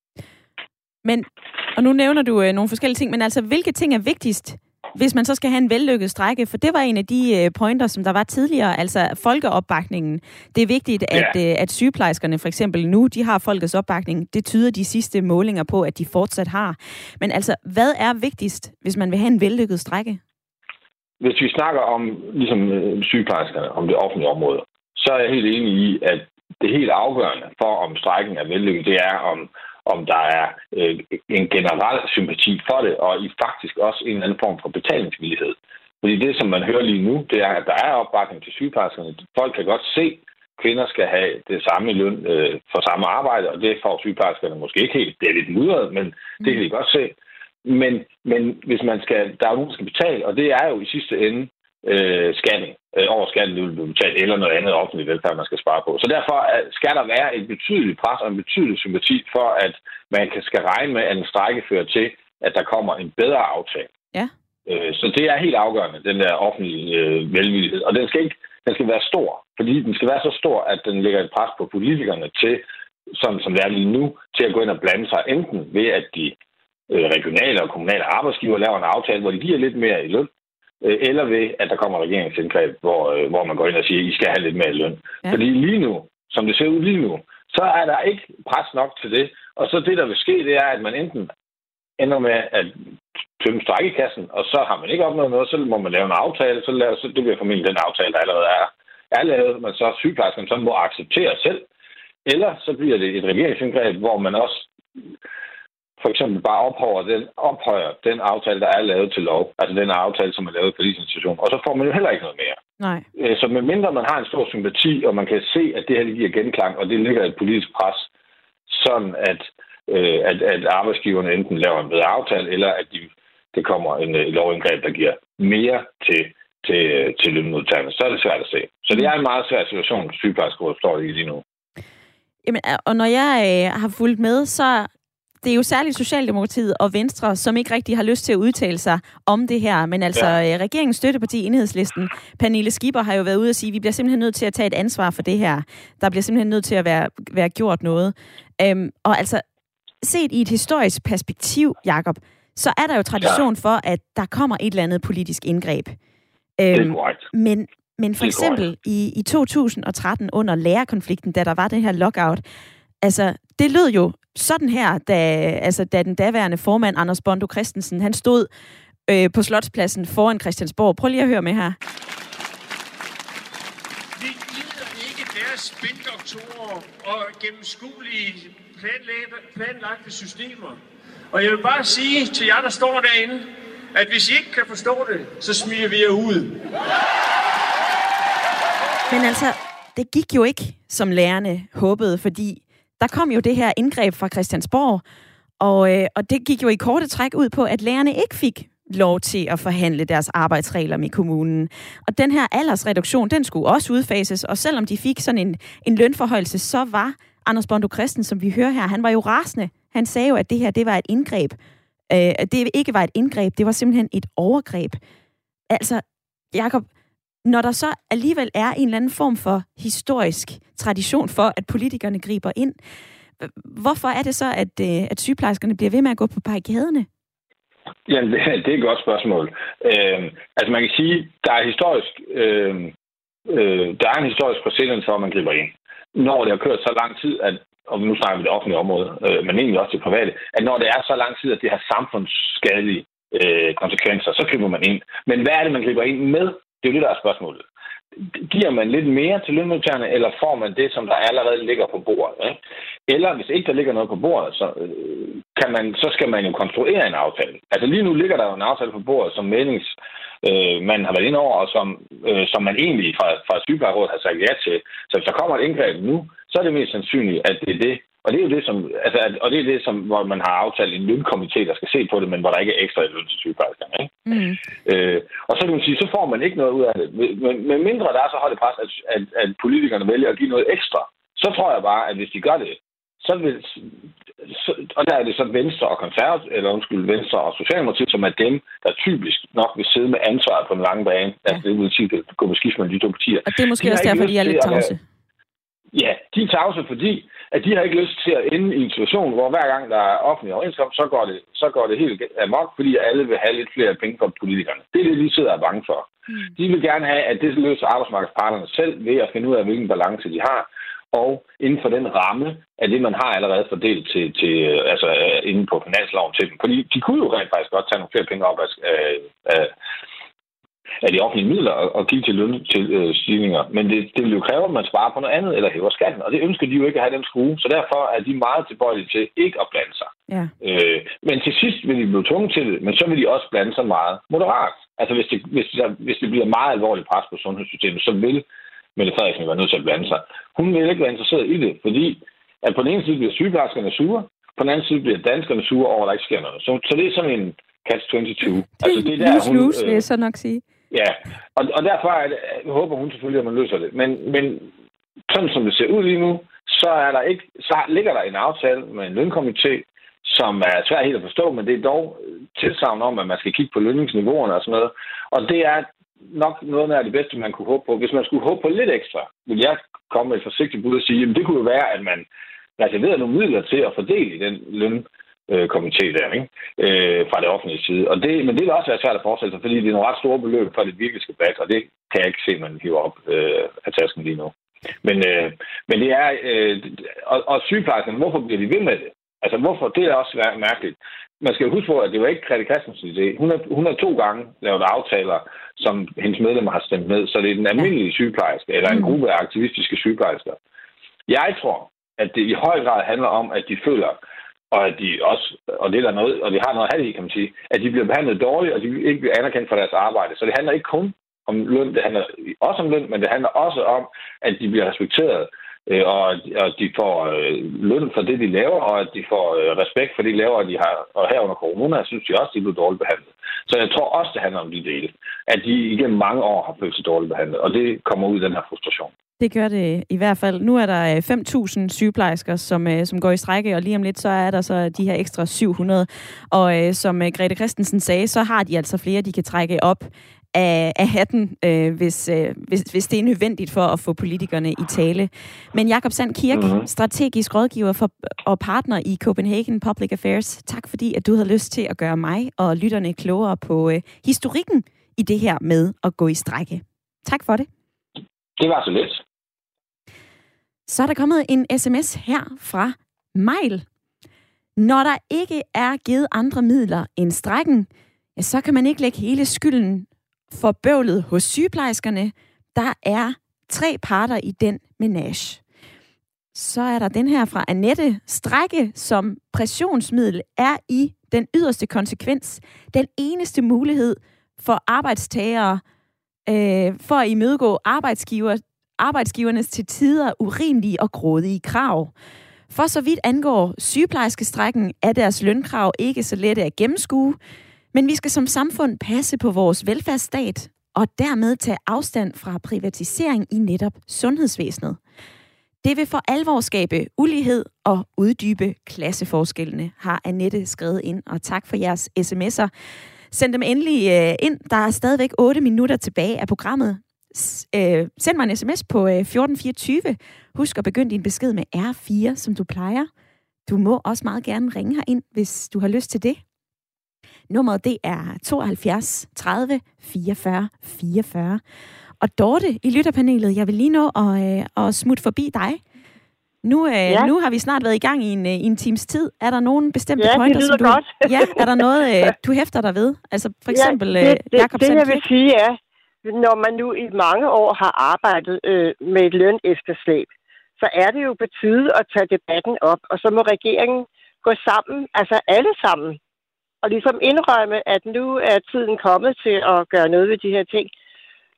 Men, og nu nævner du nogle forskellige ting, men altså, hvilke ting er vigtigst, hvis man så skal have en vellykket strejke? For det var en af de pointer, som der var tidligere, altså folkeopbakningen. Det er vigtigt, at sygeplejerskerne for eksempel nu, de har folkets opbakning. Det tyder de sidste målinger på, at de fortsat har. Men altså, hvad er vigtigst, hvis man vil have en vellykket strejke? Hvis vi snakker om ligesom sygeplejerskerne, om det offentlige område, så er jeg helt enig i, at det helt afgørende for, om strejken er vellykket, det er, om der er en generel sympati for det, og i faktisk også en eller anden form for betalingsvillighed. Fordi det, som man hører lige nu, det er, at der er opbakning til sygeplejerskerne. Folk kan godt se, at kvinder skal have det samme løn for samme arbejde, og det får sygeplejerskerne måske ikke helt. Det er lidt mudret, men det kan de godt se. Men hvis man skal, der er nogen, der skal betale, og det er jo i sidste ende skatten, over skatten, det vil blive betalt, eller noget andet offentligt velfærd, man skal spare på. Så derfor skal der være et betydeligt pres og en betydelig sympati for, at man skal regne med, at en strejke fører til, at der kommer en bedre aftale. Ja. Så det er helt afgørende, den der offentlige velvillighed. Og den skal være stor, fordi den skal være så stor, at den lægger et pres på politikerne til, som det er lige nu, til at gå ind og blande sig, enten ved, at de regionale og kommunale arbejdsgiver laver en aftale, hvor de giver lidt mere i løn, eller ved, at der kommer regeringsindgreb, hvor man går ind og siger, at I skal have lidt mere i løn. Ja. Fordi lige nu, som det ser ud lige nu, så er der ikke pres nok til det. Og så det, der vil ske, det er, at man enten ender med at tømme strejkekassen, og så har man ikke opnået noget, så må man lave en aftale, så det bliver formentlig den aftale, der allerede er lavet, men så sygeplejerskerne så må acceptere selv. Eller så bliver det et regeringsindgreb, hvor man også for eksempel bare ophøjer den aftale, der er lavet til lov. Altså den aftale, som er lavet på polisinstitutionen. Og så får man jo heller ikke noget mere. Nej. Så medmindre man har en stor sympati, og man kan se, at det her giver genklang, og det ligger et politisk pres, sådan at arbejdsgiverne enten laver en bedre aftale, eller at det kommer en lovindgreb, der giver mere til lønmodtagerne. Så er det svært at se. Så det er en meget svær situation, sygeplejerskerådet står i lige nu. Jamen, og når jeg har fulgt med, så det er jo særligt Socialdemokratiet og Venstre, som ikke rigtig har lyst til at udtale sig om det her. Men altså, regeringens støtteparti, Enhedslisten, Pernille Skipper, har jo været ude og sige, at vi bliver simpelthen nødt til at tage et ansvar for det her. Der bliver simpelthen nødt til at være gjort noget. Og altså, set i et historisk perspektiv, Jakob, så er der jo tradition for, at der kommer et eller andet politisk indgreb. Det er korrekt. Men for eksempel i 2013 under lærerkonflikten, da der var den her lockout, altså, det lød jo sådan her, da den daværende formand, Anders Bondo Christensen, han stod på Slotspladsen foran Christiansborg. Prøv lige at høre med her. Vi gider ikke deres spindoktorer og gennemskuelige planlagte systemer. Og jeg vil bare sige til jer, der står derinde, at hvis I ikke kan forstå det, så smider vi jer ud. Men altså, det gik jo ikke, som lærerne håbede, fordi der kom jo det her indgreb fra Christiansborg, og det gik jo i korte træk ud på, at lærerne ikke fik lov til at forhandle deres arbejdsregler med kommunen. Og den her aldersreduktion, den skulle også udfases, og selvom de fik sådan en lønforhøjelse, så var Anders Bondo Christensen, som vi hører her, han var jo rasende. Han sagde jo, at det her, det var et indgreb. At det ikke var et indgreb, det var simpelthen et overgreb. Altså, Jakob, når der så alligevel er en eller anden form for historisk tradition for, at politikerne griber ind, hvorfor er det så, at sygeplejerskerne bliver ved med at gå på barrikaderne? Jamen, det er et godt spørgsmål. Altså, man kan sige, der er en historisk præcedens for, at man griber ind. Når det har kørt så lang tid, og nu snakker vi det offentlige område, men egentlig også det private, at når det er så lang tid, at det har samfundsskadelige konsekvenser, så griber man ind. Men hvad er det, man griber ind med? Det er jo det, der er spørgsmålet. Giver man lidt mere til lønmodtagerne, eller får man det, som der allerede ligger på bordet? Ikke? Eller hvis ikke der ligger noget på bordet, så skal man jo konstruere en aftale. Altså lige nu ligger der jo en aftale på bordet, som man har været ind over, og som man egentlig fra sygeplejerådet har sagt ja til. Så hvis der kommer et indgreb nu, så er det mest sandsynligt, at det er det. Og det er jo det, som, hvor man har aftalt en lønkomité, der skal se på det, men hvor der ikke er ekstra løn til sygeplejerskerne. Ikke? Og så kan man sige, så får man ikke noget ud af det. Men mindre der er så højt pres, at politikerne vælger at give noget ekstra, så tror jeg bare, at hvis de gør det, og der er det så Venstre og Venstre og Socialdemokratiet, som er dem, der typisk nok vil sidde med ansvaret på den lange bane. Ja. Altså det vil sige, at gå med skift med de to partier. Og det er måske også derfor, de er lidt tavse. Ja, de er tavse, fordi at de har ikke lyst til at ende i en situation, hvor hver gang der er offentlig overenskomst, så går det helt amok, fordi alle vil have lidt flere penge fra politikerne. Det er det, de sidder og er bange for. De vil gerne have, at det løser arbejdsmarkedsparterne selv ved at finde ud af, hvilken balance de har, og inden for den ramme af det, man har allerede fordelt til inde på finansloven til dem. Fordi de kunne jo rent faktisk godt tage nogle flere penge op af de offentlige midler og give til lønstigninger. Men det vil jo kræve, at man sparer på noget andet eller hæver skatten. Og det ønsker de jo ikke at have den skrue. Så derfor er de meget tilbøjelige til ikke at blande sig. Ja. Men til sidst vil de blive tvunget til det, men så vil de også blande sig meget moderat. Altså hvis det bliver meget alvorligt pres på sundhedssystemet, så vil Mette Frederiksen være nødt til at blande sig. Hun vil ikke være interesseret i det, fordi at på den ene side bliver sygeplejerskerne sure, på den anden side bliver danskerne sure over, at der ikke sker noget. Så det er sådan en catch-22. Altså, det er der, hun... vil jeg så nok sige. Ja, og derfor håber hun selvfølgelig, at man løser det. Men sådan som det ser ud lige nu, så ligger der en aftale med en lønkomité, som er svært helt at forstå, men det er dog tilsagn om, at man skal kigge på lønningsniveauerne og sådan noget. Og det er nok noget af det bedste, man kunne håbe på. Hvis man skulle håbe på lidt ekstra, vil jeg komme med et forsigtigt bud og sige, at det kunne jo være, at man reserverede nogle midler til at fordele i den lønkomité der, ikke? Fra det offentlige side. Men det vil også være svært at forestille sig, fordi det er nogle ret store beløb, for det virkelig skal back, og det kan jeg ikke se, man hiver op af tasken lige nu. Men det er... og sygeplejerskerne, hvorfor bliver de ved med det? Altså, hvorfor? Det er også mærkeligt. Man skal jo huske på, at det var ikke Grete Christensens idé. Hun har 2 gange lavet aftaler, som hendes medlemmer har stemt med, så det er den almindelige sygeplejerske, eller en gruppe af aktivistiske sygeplejersker. Jeg tror, at det i høj grad handler om, at de føler, og at de også, og det er der noget, og de har noget at have i, kan man sige, at de bliver behandlet dårligt, og de ikke bliver anerkendt for deres arbejde. Så det handler ikke kun om løn, det handler også om løn, men det handler også om, at de bliver respekteret, og de får løn for det, de laver, og at de får respekt for de laver, de har, og her under corona, synes de også, de blev dårligt behandlet. Så jeg tror også, det handler om de dele, at de igennem mange år har følt sig dårligt behandlet, og det kommer ud i den her frustration. Det gør det i hvert fald. Nu er der 5.000 sygeplejersker, som går i strejke, og lige om lidt, så er der så de her ekstra 700. Og som Grete Christensen sagde, så har de altså flere, de kan trække op af hatten, hvis det er nødvendigt for at få politikerne i tale. Men Jakob Sand Kirk, strategisk rådgiver og partner i Copenhagen Public Affairs, tak fordi, at du havde lyst til at gøre mig og lytterne klogere på historikken i det her med at gå i strejke. Tak for det. Det var så lidt. Så er der kommet en sms her fra Mail. Når der ikke er givet andre midler end strejken, så kan man ikke lægge hele skylden for bøvlet hos sygeplejerskerne. Der er 3 parter i den menage. Så er der den her fra Annette. Strejke som pressionsmiddel er i den yderste konsekvens den eneste mulighed for arbejdstagere for at imødegå arbejdsgivernes til tider urimelige og grådige krav. For så vidt angår sygeplejerskestrækken, er deres lønkrav ikke så lette at gennemskue, men vi skal som samfund passe på vores velfærdsstat og dermed tage afstand fra privatisering i netop sundhedsvæsenet. Det vil for alvor skabe ulighed og uddybe klasseforskellene, har Annette skrevet ind, og tak for jeres sms'er. Send dem endelig ind. Der er stadigvæk 8 minutter tilbage af programmet. Send mig en sms på 1424. Husk at begynde din besked med R4, som du plejer. Du må også meget gerne ringe herind, hvis du har lyst til det. Nummeret det er 72 30 44 44. Og Dorte i lytterpanelet, jeg vil lige nå at smutte forbi dig. Nu har vi snart været i gang i en times tid. Er der nogen bestemte pointer, som du... Ja, er der noget, du hæfter dig ved? Altså for eksempel Jakob Sand Kirk. Det jeg vil sige er, når man nu i mange år har arbejdet med et lønefterslæb, så er det jo på tide at tage debatten op, og så må regeringen gå sammen, altså alle sammen, og ligesom indrømme, at nu er tiden kommet til at gøre noget ved de her ting.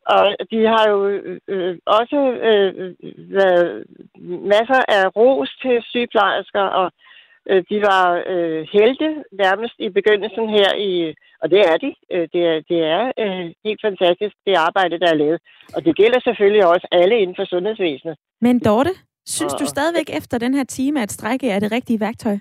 Og de har jo også været masser af ros til sygeplejersker, og de var helte nærmest i begyndelsen her og det er de. Det er helt fantastisk, det arbejde, der er lavet. Og det gælder selvfølgelig også alle inden for sundhedsvæsenet. Men Dorte, synes du stadigvæk efter den her time, at strejke er det rigtige værktøj?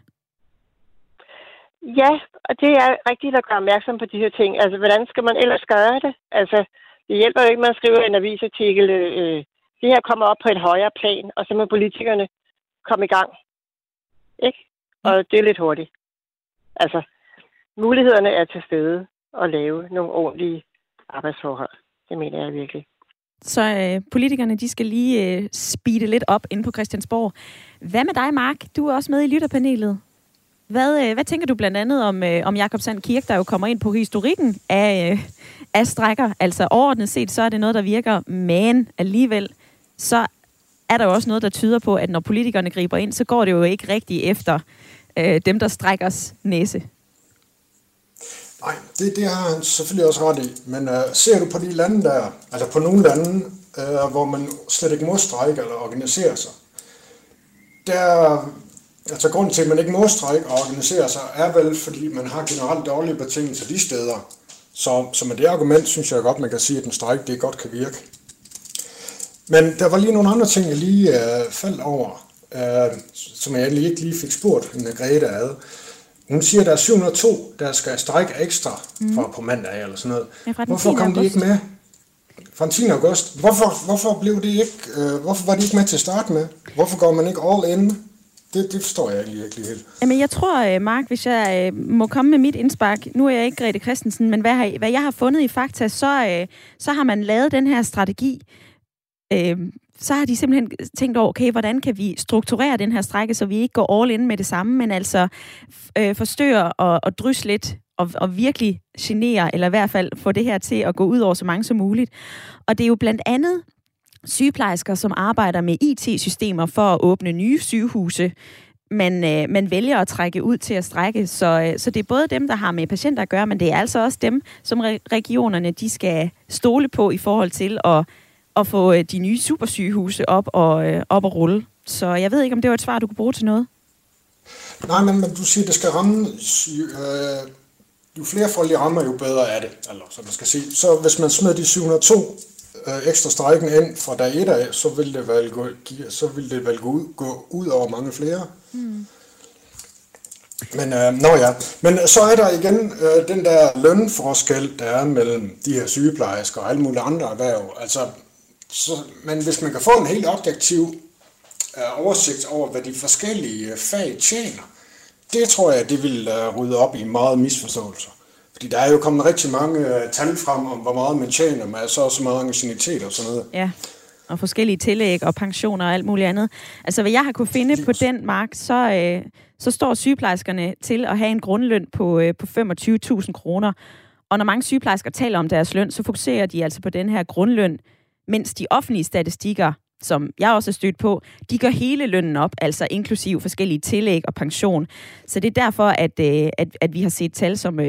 Ja, og det er rigtigt at gøre opmærksom på de her ting. Altså, hvordan skal man ellers gøre det? Altså, det hjælper jo ikke, at man skriver en avisartikel. Det her kommer op på et højere plan, og så må politikerne komme i gang. Ikke? Og det er lidt hurtigt. Altså, mulighederne er til stede at lave nogle ordentlige arbejdsforhold. Det mener jeg virkelig. Så politikerne, de skal lige speede lidt op inde på Christiansborg. Hvad med dig, Mark? Du er også med i lytterpanelet. Hvad tænker du blandt andet om Jakob Sand Kirk, der jo kommer ind på historikken af strejker? Altså overordnet set, så er det noget, der virker, men alligevel, så er der jo også noget, der tyder på, at når politikerne griber ind, så går det jo ikke rigtig efter dem, der strækkers næse. Nej, det har han selvfølgelig også ret i. Men ser du på de lande der, altså på nogle lande, hvor man slet ikke må strejke eller organisere sig, altså grunden til, at man ikke må strejke og organisere sig, er vel, fordi man har generelt dårlige betingelser de steder. Så med det argument, synes jeg godt, man kan sige, at en strejke, det godt kan virke. Men der var lige nogle andre ting, jeg lige faldt over, som jeg egentlig ikke lige fik spurgt hende Grete ad. Hun siger, at der er 702, der skal strejke ekstra fra på mandag eller sådan noget. Ja, hvorfor kom de ikke med? Fra den 10. august. Hvorfor var de ikke med til at starte med? Hvorfor går man ikke all in? Det forstår jeg ikke helt. Jamen, jeg tror, Mark, hvis jeg må komme med mit indspark, nu er jeg ikke Grete Christensen, men hvad jeg har fundet i Fakta, så har man lavet den her strategi. Så har de simpelthen tænkt over, okay, hvordan kan vi strukturere den her strejke, så vi ikke går all in med det samme, men altså forstyrre og drysse lidt og virkelig genere, eller i hvert fald få det her til at gå ud over så mange som muligt. Og det er jo blandt andet sygeplejersker, som arbejder med IT-systemer for at åbne nye sygehuse, man vælger at trække ud til at strejke. Så det er både dem, der har med patienter at gøre, men det er altså også dem, som regionerne de skal stole på i forhold til at få de nye supersygehuse op og rulle. Så jeg ved ikke, om det var et svar, du kunne bruge til noget. Nej, men du siger, det skal ramme... jo flere folk de rammer, jo bedre er det. Eller, så man skal sige. Så hvis man smider de 702 ekstra strejken ind fra dag 1 af, så vil det vel gå ud over mange flere. Men Men så er der igen den der lønforskel, der er mellem de her sygeplejersker og alle mulige andre erhverv. Altså, men hvis man kan få en helt objektiv oversigt over, hvad de forskellige fag tjener, det tror jeg, det vil rydde op i meget misforståelser. Fordi der er jo kommet rigtig mange tal frem om, hvor meget man tjener med så meget anciennitet og sådan noget. Ja, og forskellige tillæg og pensioner og alt muligt andet. Altså, hvad jeg har kunne finde på den, Mark, så står sygeplejerskerne til at have en grundløn på 25.000 kroner. Og når mange sygeplejersker taler om deres løn, så fokuserer de altså på den her grundløn, mens de offentlige statistikker, som jeg også har stødt på, de gør hele lønnen op, altså inklusiv forskellige tillæg og pension. Så det er derfor, at vi har set tal som 42.962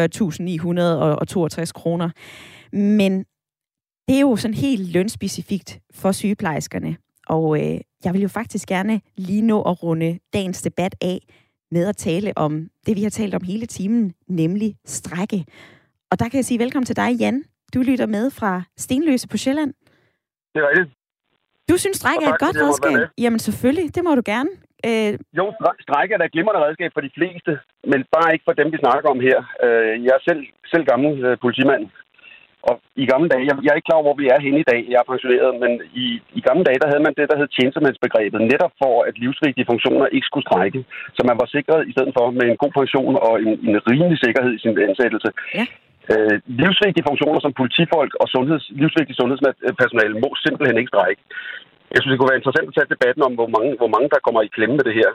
kroner. Men det er jo sådan helt lønspecifikt for sygeplejerskerne. Og jeg vil jo faktisk gerne lige nå at runde dagens debat af med at tale om det, vi har talt om hele timen, nemlig strejke. Og der kan jeg sige velkommen til dig, Jan. Du lytter med fra Stenløse på Sjælland. Det er rigtigt. Du synes, strejke er et godt redskab? Jamen selvfølgelig, det må du gerne. Jo, strejke er da et glimrende redskab for de fleste, men bare ikke for dem, vi snakker om her. Jeg er selv gammel politimand, og i gamle dage, jeg er ikke klar over, hvor vi er henne i dag, jeg er pensioneret, men i gamle dage, der havde man det, der hed tjenestemandsbegrebet, netop for, at livsvigtige funktioner ikke skulle strejke, så man var sikret i stedet for med en god pension og en rimelig sikkerhed i sin ansættelse. Ja. Livsvigtige funktioner som politifolk og livsvigtige sundhedspersonale må simpelthen ikke strejke. Jeg synes, det kunne være interessant at tage debatten om, hvor mange der kommer i klemme med det her.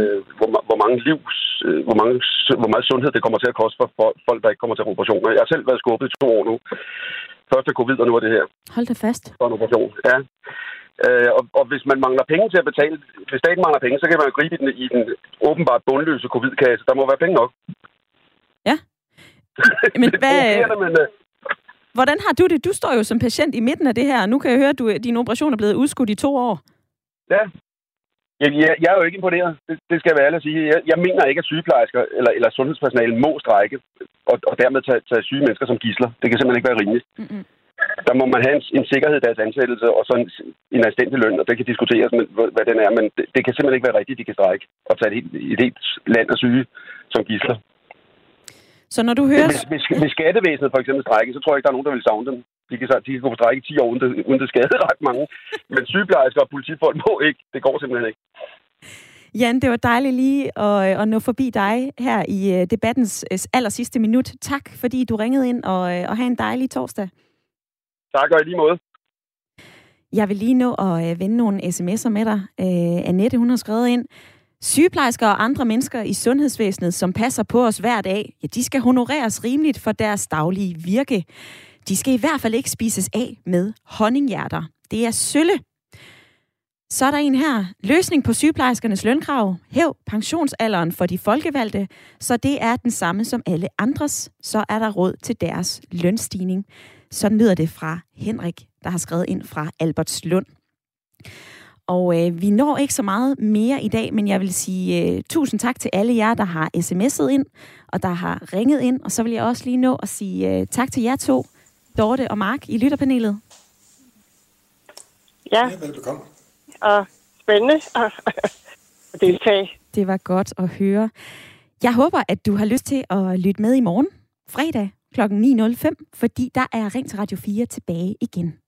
Hvor meget sundhed det kommer til at koste for folk, der ikke kommer til operationer. Jeg har selv været skubbet i 2 år nu. Først er covid, og nu er det her. Hold da fast. For en operation, ja. Og hvis man mangler penge til at betale, hvis staten mangler penge, så kan man jo gribe i den åbenbart bundløse covid-kasse. Der må være penge nok. Ja. Men hvad... Hvordan har du det? Du står jo som patient i midten af det her, og nu kan jeg høre, at din operation er blevet udskudt i 2 år. Ja. Jeg er jo ikke imponeret. Det skal jeg være ærlig at sige. Jeg mener ikke, at sygeplejersker eller sundhedspersonale må strejke, og dermed tage syge mennesker som gidsler. Det kan simpelthen ikke være rimeligt. Mm-hmm. Der må man have en sikkerhed i deres ansættelse, og så en anstændig løn, og det kan diskuteres, hvad den er, men det kan simpelthen ikke være rigtigt, de kan strejke og tage et helt land af syge som gidsler. Så når du hører... Hvis skattevæsenet for eksempel strække, så tror jeg ikke, der er nogen, der vil savne dem. De kan gå på strække 10 år, uden det skade ret mange. Men sygeplejersker og politifolk må ikke. Det går simpelthen ikke. Jan, det var dejligt lige at nå forbi dig her i debattens allersidste minut. Tak, fordi du ringede ind, og have en dejlig torsdag. Tak, og i lige måde. Jeg vil lige nå at vende nogle sms'er med dig. Annette, hun har skrevet ind: sygeplejersker og andre mennesker i sundhedsvæsenet, som passer på os hver dag, ja, de skal honoreres rimeligt for deres daglige virke. De skal i hvert fald ikke spises af med honninghjerter. Det er sølle. Så er der en her. Løsning på sygeplejerskernes lønkrav. Hæv pensionsalderen for de folkevalgte, så det er den samme som alle andres. Så er der råd til deres lønstigning. Sådan lyder det fra Henrik, der har skrevet ind fra Albertslund. Og vi når ikke så meget mere i dag, men jeg vil sige tusind tak til alle jer, der har sms'et ind, og der har ringet ind. Og så vil jeg også lige nå at sige tak til jer to, Dorte og Mark, i lytterpanelet. Ja, velbekomme. Og spændende at deltage. Det var godt at høre. Jeg håber, at du har lyst til at lytte med i morgen, fredag kl. 9.05, fordi der er Ring til Radio 4 tilbage igen.